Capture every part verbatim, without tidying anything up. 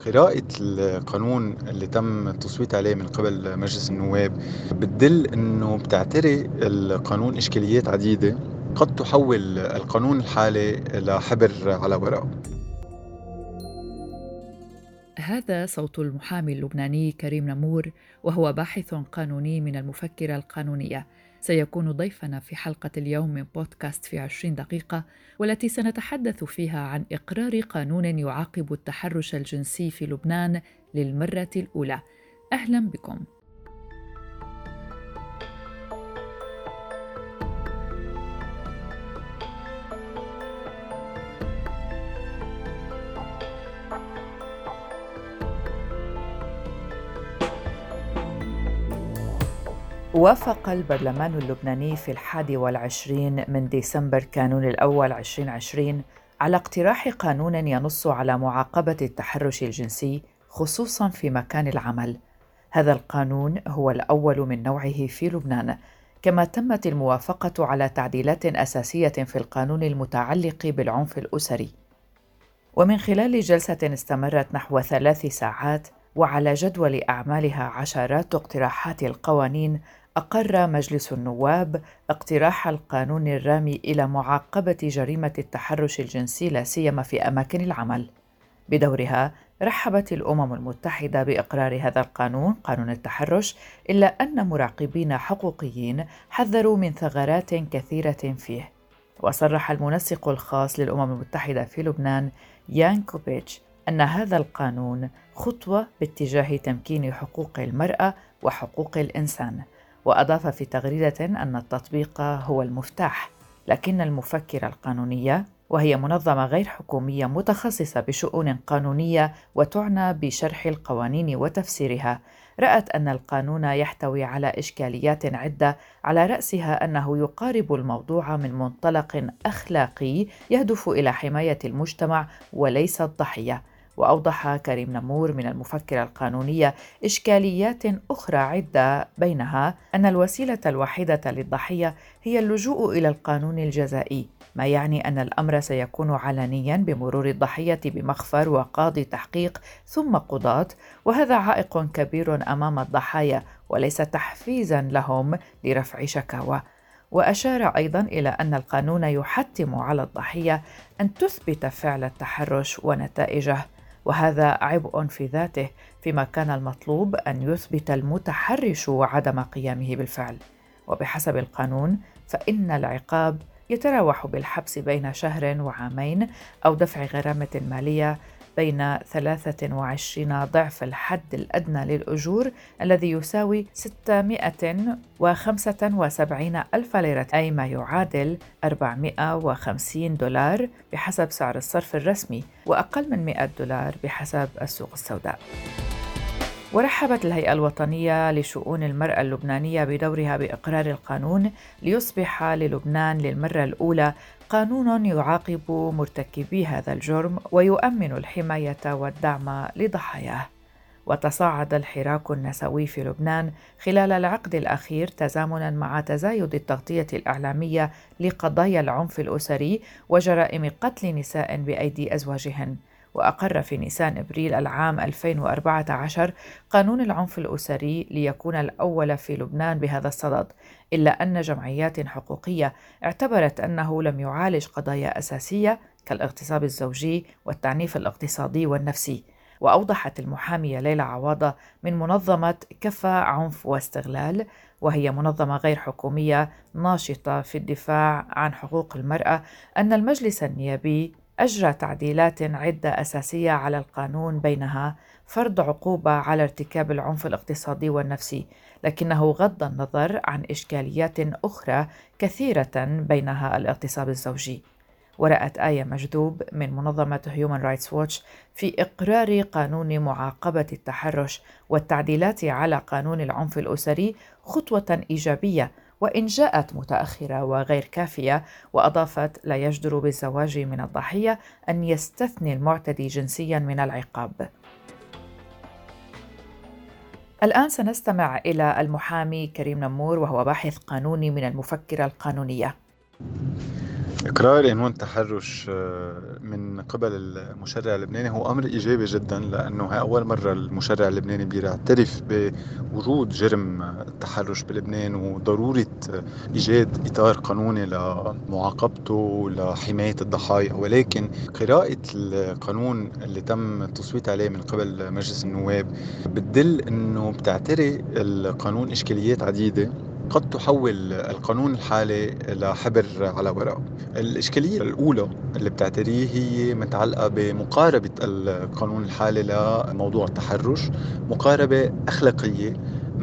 قراءة القانون اللي تم التصويت عليه من قبل مجلس النواب بتدل إنه بتعتري القانون إشكاليات عديدة قد تحول القانون الحالي لحبر على ورق. هذا صوت المحامي اللبناني كريم نمور، وهو باحث قانوني من المفكرة القانونية. سيكون ضيفنا في حلقة اليوم من بودكاست في عشرين دقيقة، والتي سنتحدث فيها عن إقرار قانون يعاقب التحرش الجنسي في لبنان للمرة الأولى. أهلا بكم. وافق البرلمان اللبناني في الحادي والعشرين من ديسمبر كانون الأول ألفين وعشرين على اقتراح قانون ينص على معاقبة التحرش الجنسي خصوصاً في مكان العمل. هذا القانون هو الأول من نوعه في لبنان، كما تمت الموافقة على تعديلات أساسية في القانون المتعلق بالعنف الأسري. ومن خلال جلسة استمرت نحو ثلاث ساعات وعلى جدول أعمالها عشرات اقتراحات القوانين، أقر مجلس النواب اقتراح القانون الرامي إلى معاقبة جريمة التحرش الجنسي لا سيما في أماكن العمل. بدورها رحبت الأمم المتحدة بإقرار هذا القانون، قانون التحرش، إلا أن مراقبين حقوقيين حذروا من ثغرات كثيرة فيه. وصرح المنسق الخاص للأمم المتحدة في لبنان يان كوبيتش أن هذا القانون خطوة باتجاه تمكين حقوق المرأة وحقوق الإنسان، وأضاف في تغريدة أن التطبيق هو المفتاح، لكن المفكرة القانونية، وهي منظمة غير حكومية متخصصة بشؤون قانونية وتعنى بشرح القوانين وتفسيرها، رأت أن القانون يحتوي على إشكاليات عدة، على رأسها أنه يقارب الموضوع من منطلق أخلاقي يهدف إلى حماية المجتمع وليس الضحية. وأوضح كريم نمور من المفكرة القانونية إشكاليات أخرى عدة، بينها أن الوسيلة الوحيدة للضحية هي اللجوء إلى القانون الجزائي، ما يعني أن الأمر سيكون علنياً بمرور الضحية بمخفر وقاضي تحقيق ثم قضاة، وهذا عائق كبير أمام الضحايا وليس تحفيزاً لهم لرفع شكاوى. وأشار أيضاً إلى أن القانون يحتم على الضحية أن تثبت فعل التحرش ونتائجه، وهذا عبء في ذاته، فيما كان المطلوب أن يثبت المتحرش عدم قيامه بالفعل. وبحسب القانون فإن العقاب يتراوح بالحبس بين شهر وعامين أو دفع غرامة مالية بين ثلاثة وعشرين ضعف الحد الأدنى للأجور الذي يساوي ستمائة وخمسة وسبعين ألف ليرة، أي ما يعادل أربعمائة وخمسين دولار بحسب سعر الصرف الرسمي، وأقل من مائة دولار بحسب السوق السوداء. ورحبت الهيئة الوطنية لشؤون المرأة اللبنانية بدورها بإقرار القانون ليصبح للبنان للمرة الأولى قانون يعاقب مرتكبي هذا الجرم ويؤمن الحماية والدعم لضحاياه. وتصاعد الحراك النسوي في لبنان خلال العقد الأخير تزامناً مع تزايد التغطية الإعلامية لقضايا العنف الأسري وجرائم قتل نساء بأيدي أزواجهن. وأقر في نيسان أبريل العام ألفين وأربعة عشر قانون العنف الأسري ليكون الأول في لبنان بهذا الصدد، إلا أن جمعيات حقوقية اعتبرت أنه لم يعالج قضايا أساسية كالاغتصاب الزوجي والتعنيف الاقتصادي والنفسي. وأوضحت المحامية ليلى عواضة من منظمة كفى عنف واستغلال، وهي منظمة غير حكومية ناشطة في الدفاع عن حقوق المرأة، أن المجلس النيابي أجرى تعديلات عدة أساسية على القانون، بينها فرض عقوبة على ارتكاب العنف الاقتصادي والنفسي، لكنه غض النظر عن إشكاليات أخرى كثيرة بينها الاغتصاب الزوجي. ورأت آية مجذوب من منظمة Human Rights Watch في إقرار قانون معاقبة التحرش والتعديلات على قانون العنف الأسري خطوة إيجابية، وإن جاءت متأخرة وغير كافية. وأضافت: لا يجدر بالزواج من الضحية أن يستثني المعتدي جنسياً من العقاب. الآن سنستمع إلى المحامي كريم نمور، وهو باحث قانوني من المفكرة القانونية. إقرار قانون التحرش آه، من قبل المشرع اللبناني هو أمر إيجابي جدا، لأنه هي أول مرة المشرع اللبناني بيعترف بوجود جرم التحرش بلبنان وضرورة إيجاد إطار قانوني لمعاقبته لحماية الضحايا. ولكن قراءة القانون اللي تم التصويت عليه من قبل مجلس النواب بتدل أنه بتعتري القانون إشكاليات عديدة قد تحول القانون الحالي لحبر على ورق. الإشكالية الأولى اللي بتعتريه هي متعلقة بمقاربة القانون الحالي لموضوع التحرش، مقاربة أخلاقية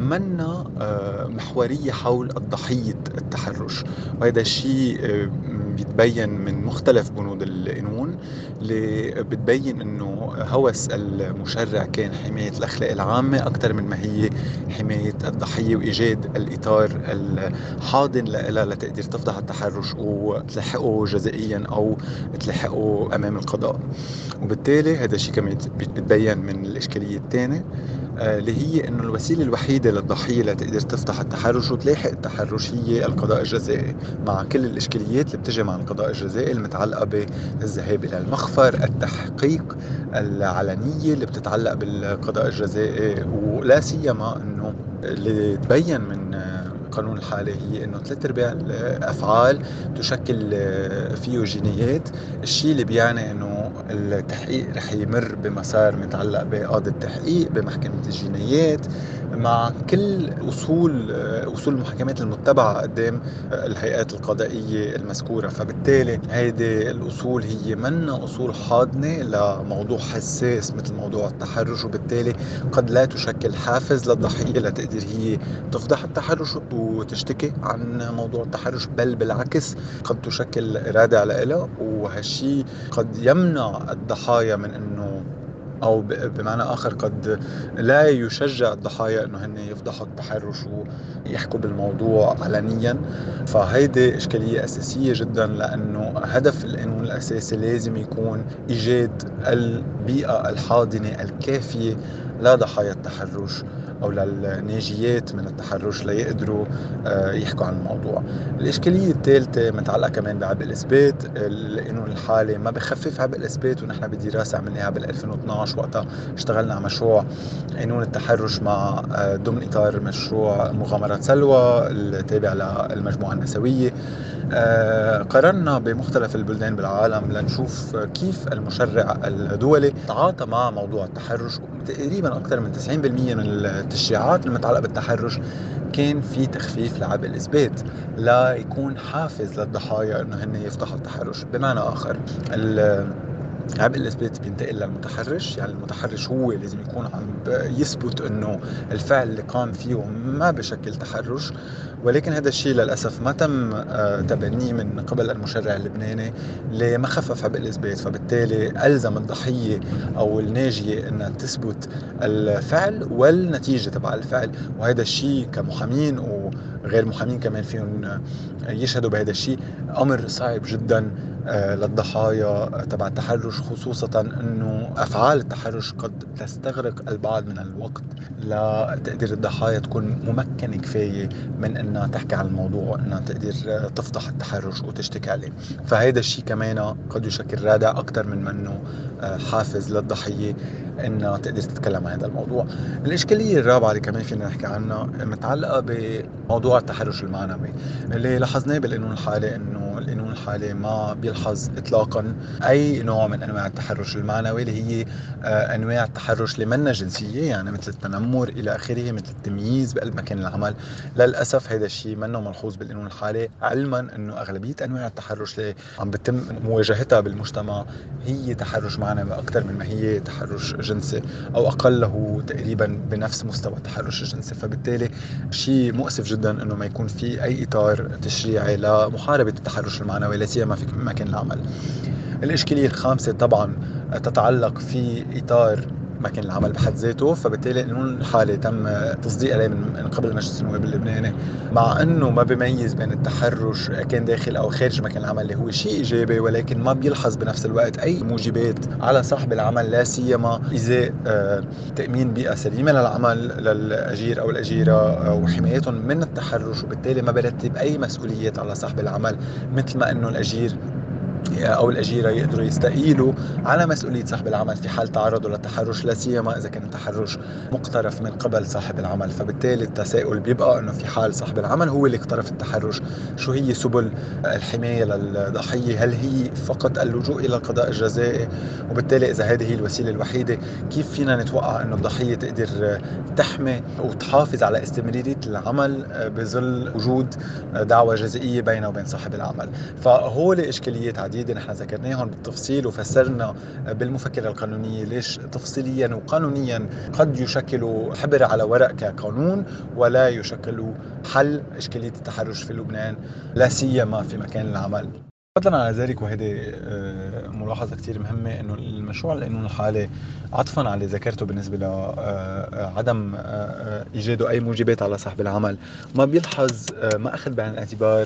منا آه، محورية حول الضحية التحرش. وهذا الشيء آه، بيتبين من مختلف بنود القانون اللي بتبين انه هوس المشرع كان حماية الأخلاق العامة أكثر من ما هي حماية الضحية وإيجاد الإطار الحاضن لها لتقدير تفضح التحرش وتلحقه جزائيا أو تلحقه أمام القضاء. وبالتالي هذا الشيء كمان بتبين من الإشكالية الثانية اللي هي انه الوسيله الوحيده للضحيه لتقدر تفتح التحرش وتلاحق التحرش هي القضاء الجزائي، مع كل الاشكاليات اللي بتجي مع القضاء الجزائي المتعلقه بالذهاب الى المخفر، التحقيق، العلنيه اللي بتتعلق بالقضاء الجزائي. ولا سيما انه اللي تبين من القانون الحالي هي انه ثلاث ارباع الافعال تشكل فيه جينيات، الشيء اللي بيعني انه التحقيق رح يمر بمسار متعلق بقاضي التحقيق بمحكمة الجنايات مع كل أصول أصول المحاكمات المتبعة قدام الهيئات القضائية المذكورة. فبالتالي هذه الأصول هي منا أصول حاضنة لموضوع حساس مثل موضوع التحرش، وبالتالي قد لا تشكل حافز للضحية لتقدر هي تفضح التحرش وتشتكي عن موضوع التحرش، بل بالعكس قد تشكل رادع لها، وهالشي قد يمنع الضحايا من انه او بمعنى اخر قد لا يشجع الضحايا انه هن يفضحوا التحرش ويحكوا بالموضوع علنيا. فهيدي اشكاليه اساسيه جدا، لانه هدف القانون الاساسي لازم يكون ايجاد البيئه الحاضنه الكافيه لضحايا التحرش او للناجيات من التحرش ليقدروا يحكوا عن الموضوع. الاشكاليه الثالثه متعلقه كمان بعبء الاثبات. القانون الحالي ما بخفف عبء الاثبات، ونحن بدراسه عملناها بال ألفين واثنعش وقتها اشتغلنا على مشروع قانون التحرش مع ضمن اطار مشروع مغامرات سلوى التابع للمجموعه النسويه. قارنا بمختلف البلدان بالعالم لنشوف كيف المشرع الدولي تعاطى مع موضوع التحرش. تقريبا أكثر من تسعين بالمئة من التشريعات المتعلقة بالتحرش كان في تخفيف لعبء الإثبات لا يكون حافز للضحايا أنه هن يفضحوا التحرش. بمعنى آخر عبء الإثبات بينتقل للمتحرش، يعني المتحرش هو لازم يكون عم يثبت أنه الفعل اللي قام فيه ما بشكل تحرش، ولكن هذا الشيء للأسف ما تم تبنيه من قبل المشرع اللبناني لما خفف عبء الإثبات. فبالتالي ألزم الضحية أو الناجية أنها تثبت الفعل والنتيجة تبع الفعل، وهذا الشيء كمحامين وغير محامين كمان فيهم يشهدوا بهذا الشيء أمر صعب جدا للضحايا تبع التحرش، خصوصا أنه أفعال التحرش قد تستغرق البعض من الوقت لتقدر الضحايا تكون ممكنة كفاية من أنها تحكي عن الموضوع وأنها تقدر تفضح التحرش وتشتكي عليه. فهذا الشيء كمان قد يشكل رادع أكثر من منه حافز للضحية أنها تقدر تتكلم عن هذا الموضوع. الإشكالية الرابعة اللي كمان فينا نحكي عنها متعلقة بموضوع التحرش المعنوي اللي لاحظناه بالقانون الحالي، أنه القانون الحالي ما بيلحظ إطلاقا أي نوع من أنواع التحرش المعنوي اللي هي أنواع التحرش لمنة جنسية، يعني مثل التنمر إلى آخره، مثل التمييز بقلب مكان العمل. للأسف هذا الشيء منه ملحوظ بالقانون الحالي، علما أنه أغلبية أنواع التحرش اللي عم بتم مواجهتها بالمجتمع هي تحرش معنوي أكثر من ما هي تحرش جنسي، أو أقله تقريبا بنفس مستوى التحرش الجنسي. فبالتالي شيء مؤسف جدا أنه ما يكون في أي إطار تشريعي لمحاربة التحرش المعنوي لا سيما في مكان العمل. الإشكالية الخامسة طبعا تتعلق في إطار مكان العمل بحد ذاته. فبالتالي القانون الحالي تم تصديق عليه من قبل مجلس النواب اللبناني، مع انه ما بيميز بين التحرش كان داخل او خارج مكان العمل اللي هو شيء ايجابي، ولكن ما بيلحظ بنفس الوقت اي موجبات على صاحب العمل لا سيما ازاء تامين بيئه سليمه للعمل للاجير او الاجيره وحمايتهم من التحرش. وبالتالي ما برتب اي مسؤوليات على صاحب العمل، مثل ما انه الاجير أو الأجيرة يقدروا يستقيلوا على مسؤولية صاحب العمل في حال تعرضوا للتحرش، لا سيما إذا كان التحرش مقترف من قبل صاحب العمل. فبالتالي التساؤل بيبقى إنه في حال صاحب العمل هو اللي اقترف التحرش، شو هي سبل الحماية للضحية؟ هل هي فقط اللجوء إلى القضاء الجزائي؟ وبالتالي إذا هذه هي الوسيلة الوحيدة، كيف فينا نتوقع إنه الضحية تقدر تحمي وتحافظ على استمرارية العمل بظل وجود دعوى جزائية بينه وبين صاحب العمل؟ فهو إشكاليات عديدة نحن ذكرناهم بالتفصيل، وفسرنا بالمفكرة القانونية ليش تفصيليا وقانونيا قد يشكلوا حبر على ورق كقانون ولا يشكلوا حل إشكالية التحرش في لبنان، لا سيما في مكان العمل. فضلا على ذلك، وهذه ملاحظة كتير مهمة، إنه المشروع القانون الحالي عطفا على اللي ذكرته بالنسبة لعدم إيجاده أي موجبات على صاحب العمل، ما بيلحظ، ما أخذ بعين الاعتبار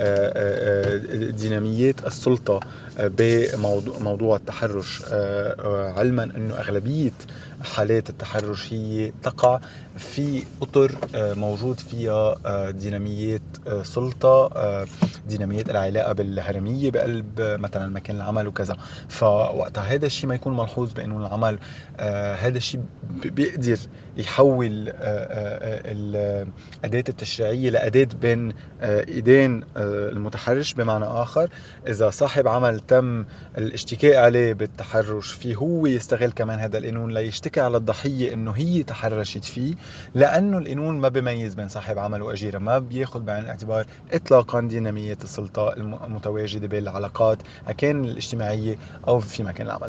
ديناميات السلطة بموضوع التحرش، علما أنه أغلبية حالات التحرش هي تقع في أطر موجود فيها ديناميات سلطة، ديناميات العلاقة بالهرمية بقلب مثلا مكان العمل وكذا. فوقتها هذا الشيء ما يكون ملحوظ بقانون العمل، آه هذا الشيء بيقدر يحول آه آه الأداة التشريعية لأداة بين آه إيدين آه المتحرش. بمعنى آخر، إذا صاحب عمل تم الاشتكاء عليه بالتحرش فيه، هو يستغل كمان هذا القانون ليشتكي على الضحية إنه هي تحرشت فيه، لأنه القانون ما بيميز بين صاحب عمل وأجيرة، ما بياخذ بعين الاعتبار إطلاقا دينامية السلطة المتواجدة بالعلاقات كان الاجتماعية أو في مكان العمل.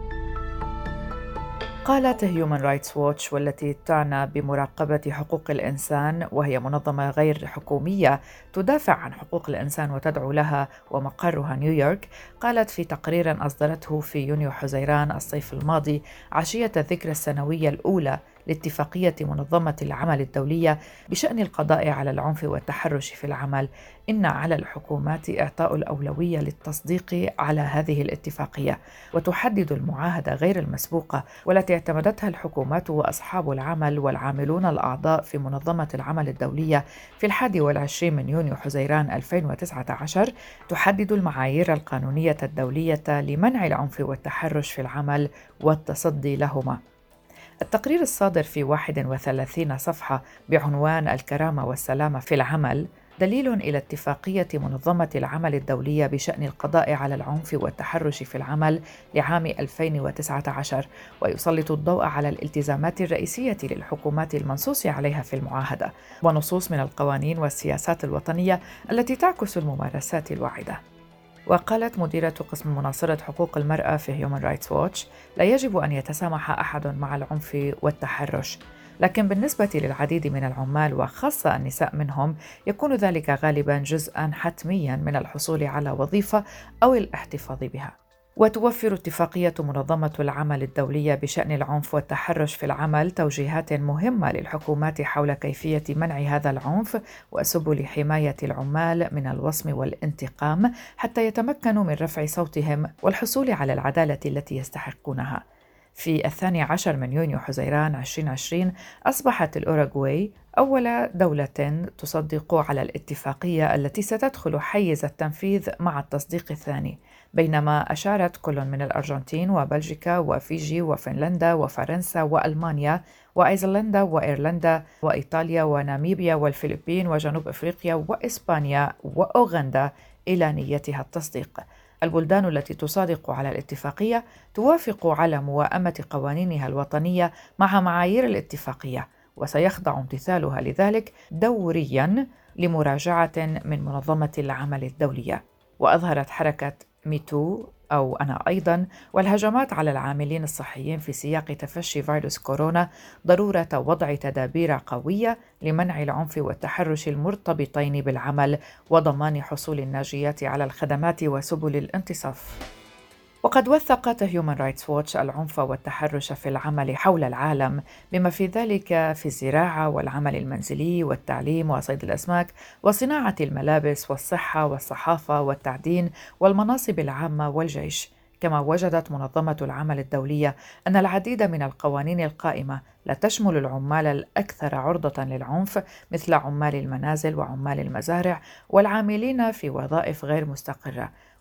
قالت Human Rights Watch، والتي تعنى بمراقبة حقوق الإنسان وهي منظمة غير حكومية تدافع عن حقوق الإنسان وتدعو لها ومقرها نيويورك، قالت في تقرير أصدرته في يونيو حزيران الصيف الماضي عشية الذكرى السنوية الأولى لاتفاقية منظمة العمل الدولية بشأن القضاء على العنف والتحرش في العمل، إن على الحكومات إعطاء الأولوية للتصديق على هذه الاتفاقية، وتحدد المعاهدة غير المسبوقة والتي اعتمدتها الحكومات وأصحاب العمل والعاملون الأعضاء في منظمة العمل الدولية في الحادي والعشرين من يونيو حزيران ألفين وتسعة عشر، تحدد المعايير القانونية الدولية لمنع العنف والتحرش في العمل والتصدي لهما. التقرير الصادر في واحد وثلاثين صفحة بعنوان الكرامة والسلامة في العمل دليل إلى اتفاقية منظمة العمل الدولية بشأن القضاء على العنف والتحرش في العمل لعام ألفين وتسعة عشر، ويسلط الضوء على الالتزامات الرئيسية للحكومات المنصوص عليها في المعاهدة ونصوص من القوانين والسياسات الوطنية التي تعكس الممارسات الواعدة. وقالت مديرة قسم مناصرة حقوق المرأة في Human Rights Watch: لا يجب أن يتسامح أحد مع العنف والتحرش، لكن بالنسبة للعديد من العمال وخاصة النساء منهم يكون ذلك غالباً جزءاً حتمياً من الحصول على وظيفة أو الاحتفاظ بها. وتوفر اتفاقية منظمة العمل الدولية بشأن العنف والتحرش في العمل توجيهات مهمة للحكومات حول كيفية منع هذا العنف وسبل حماية العمال من الوصم والانتقام حتى يتمكنوا من رفع صوتهم والحصول على العدالة التي يستحقونها. في الثاني عشر من يونيو حزيران ألفين وعشرين أصبحت الأوروغواي أول دولة تصدق على الاتفاقية التي ستدخل حيز التنفيذ مع التصديق الثاني، بينما أشارت كل من الأرجنتين وبلجيكا وفيجي وفنلندا وفرنسا وألمانيا وأيسلندا وإيرلندا وإيطاليا وناميبيا والفلبين وجنوب أفريقيا وإسبانيا وأوغندا إلى نيتها التصديق. البلدان التي تصادق على الاتفاقية توافق على موائمة قوانينها الوطنية مع معايير الاتفاقية، وسيخضع امتثالها لذلك دورياً لمراجعة من منظمة العمل الدولية. وأظهرت حركة ميتو أو أنا أيضاً والهجمات على العاملين الصحيين في سياق تفشي فيروس كورونا ضرورة وضع تدابير قوية لمنع العنف والتحرش المرتبطين بالعمل وضمان حصول الناجيات على الخدمات وسبل الانتصاف. وقد وثقت Human Rights Watch العنف والتحرش في العمل حول العالم، بما في ذلك في الزراعة والعمل المنزلي والتعليم وصيد الأسماك وصناعة الملابس والصحة والصحافة والتعدين والمناصب العامة والجيش. كما وجدت منظمة العمل الدولية أن العديد من القوانين القائمة لا تشمل العمال الأكثر عرضة للعنف مثل عمال المنازل وعمال المزارع والعاملين في وظائف غير مستقرة،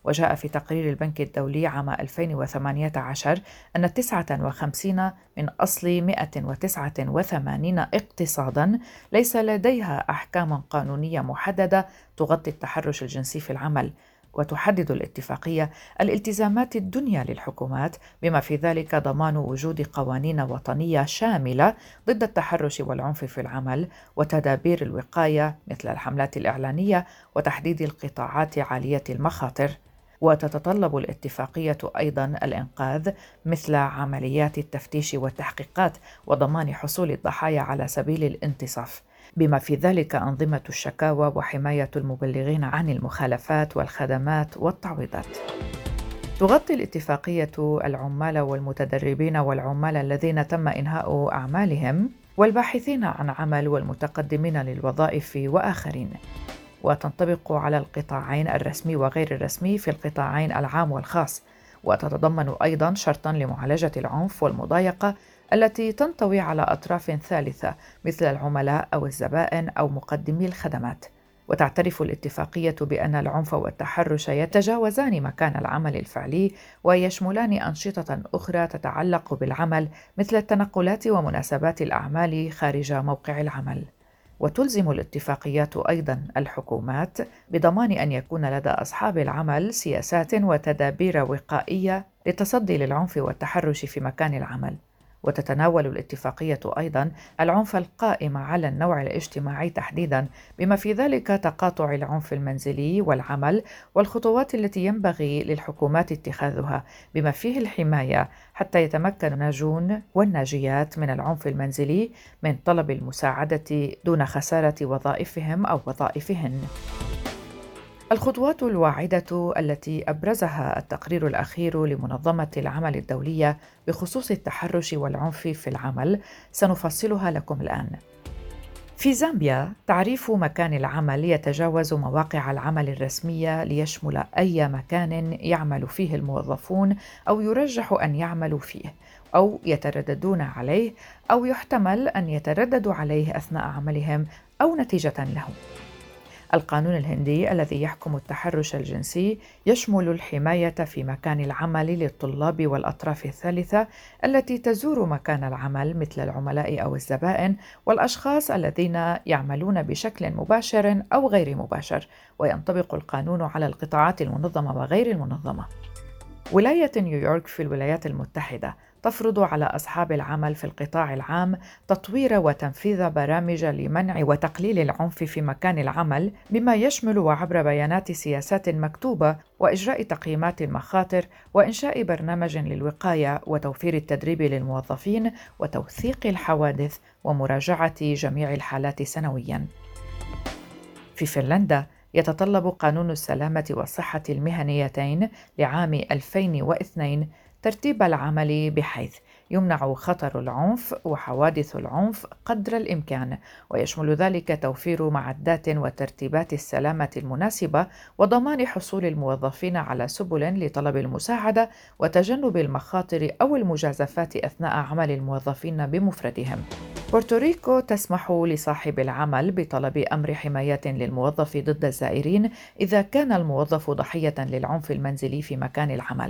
وجاء في تقرير البنك الدولي عام ألفين وثمانية عشر أن تسعة وخمسين من أصل مئة وتسعة وثمانين اقتصاداً ليس لديها أحكام قانونية محددة تغطي التحرش الجنسي في العمل. وتحدد الاتفاقية الالتزامات الدنيا للحكومات، بما في ذلك ضمان وجود قوانين وطنية شاملة ضد التحرش والعنف في العمل، وتدابير الوقاية مثل الحملات الإعلانية وتحديد القطاعات عالية المخاطر. وتتطلب الاتفاقية أيضاً الإنقاذ مثل عمليات التفتيش والتحقيقات وضمان حصول الضحايا على سبيل الانتصاف، بما في ذلك أنظمة الشكاوى وحماية المبلغين عن المخالفات والخدمات والتعويضات. تغطي الاتفاقية العمال والمتدربين والعمال الذين تم إنهاء أعمالهم والباحثين عن عمل والمتقدمين للوظائف وآخرين، وتنطبق على القطاعين الرسمي وغير الرسمي في القطاعين العام والخاص، وتتضمن أيضاً شرطاً لمعالجة العنف والمضايقة التي تنطوي على أطراف ثالثة مثل العملاء أو الزبائن أو مقدمي الخدمات. وتعترف الاتفاقية بأن العنف والتحرش يتجاوزان مكان العمل الفعلي ويشملان أنشطة أخرى تتعلق بالعمل مثل التنقلات ومناسبات الأعمال خارج موقع العمل. وتلزم الاتفاقيات أيضاً الحكومات بضمان أن يكون لدى أصحاب العمل سياسات وتدابير وقائية للتصدي للعنف والتحرش في مكان العمل. وتتناول الاتفاقية أيضاً العنف القائم على النوع الاجتماعي تحديداً، بما في ذلك تقاطع العنف المنزلي والعمل والخطوات التي ينبغي للحكومات اتخاذها بما فيه الحماية حتى يتمكن الناجون والناجيات من العنف المنزلي من طلب المساعدة دون خسارة وظائفهم أو وظائفهن. الخطوات الواعدة التي أبرزها التقرير الأخير لمنظمة العمل الدولية بخصوص التحرش والعنف في العمل سنفصلها لكم الآن. في زامبيا، تعريف مكان العمل يتجاوز مواقع العمل الرسمية ليشمل أي مكان يعمل فيه الموظفون أو يرجح أن يعملوا فيه أو يترددون عليه أو يحتمل أن يترددوا عليه أثناء عملهم أو نتيجة له. القانون الهندي الذي يحكم التحرش الجنسي يشمل الحماية في مكان العمل للطلاب والأطراف الثالثة التي تزور مكان العمل مثل العملاء أو الزبائن والأشخاص الذين يعملون بشكل مباشر أو غير مباشر، وينطبق القانون على القطاعات المنظمة وغير المنظمة. ولاية نيويورك في الولايات المتحدة تفرض على أصحاب العمل في القطاع العام تطوير وتنفيذ برامج لمنع وتقليل العنف في مكان العمل، بما يشمل وعبر بيانات سياسات مكتوبة وإجراء تقييمات المخاطر وإنشاء برنامج للوقاية وتوفير التدريب للموظفين وتوثيق الحوادث ومراجعة جميع الحالات سنوياً. في فنلندا يتطلب قانون السلامة والصحة المهنيتين لعام ألفين واثنين ترتيب العمل بحيث يمنع خطر العنف وحوادث العنف قدر الإمكان، ويشمل ذلك توفير معدات وترتيبات السلامة المناسبة وضمان حصول الموظفين على سبل لطلب المساعدة وتجنب المخاطر أو المجازفات أثناء عمل الموظفين بمفردهم. بورتوريكو تسمح لصاحب العمل بطلب أمر حماية للموظف ضد الزائرين إذا كان الموظف ضحية للعنف المنزلي في مكان العمل.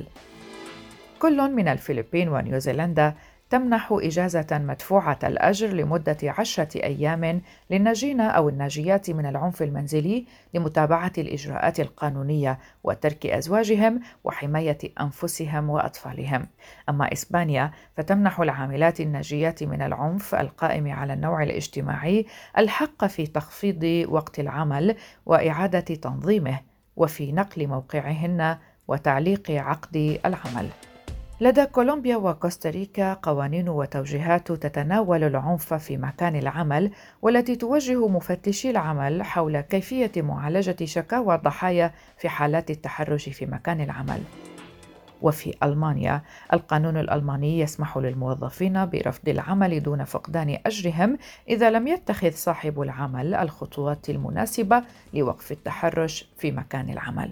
كل من الفلبين ونيوزيلندا تمنح إجازة مدفوعة الأجر لمدة عشرة أيام للناجين أو الناجيات من العنف المنزلي لمتابعة الإجراءات القانونية وترك أزواجهم وحماية أنفسهم وأطفالهم. أما إسبانيا فتمنح العاملات الناجيات من العنف القائم على النوع الاجتماعي الحق في تخفيض وقت العمل وإعادة تنظيمه وفي نقل موقعهن وتعليق عقد العمل. لدى كولومبيا وكوستاريكا قوانين وتوجيهات تتناول العنف في مكان العمل والتي توجه مفتشي العمل حول كيفية معالجة شكاوى الضحايا في حالات التحرش في مكان العمل. وفي ألمانيا القانون الألماني يسمح للموظفين برفض العمل دون فقدان أجرهم إذا لم يتخذ صاحب العمل الخطوات المناسبة لوقف التحرش في مكان العمل.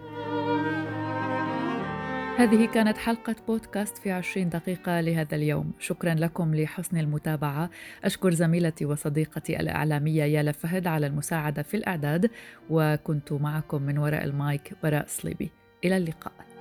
هذه كانت حلقة بودكاست في عشرين دقيقة لهذا اليوم. شكرا لكم لحسن المتابعة. أشكر زميلتي وصديقتي الإعلامية يالا فهد على المساعدة في الإعداد، وكنت معكم من وراء المايك براء صليبي. إلى اللقاء.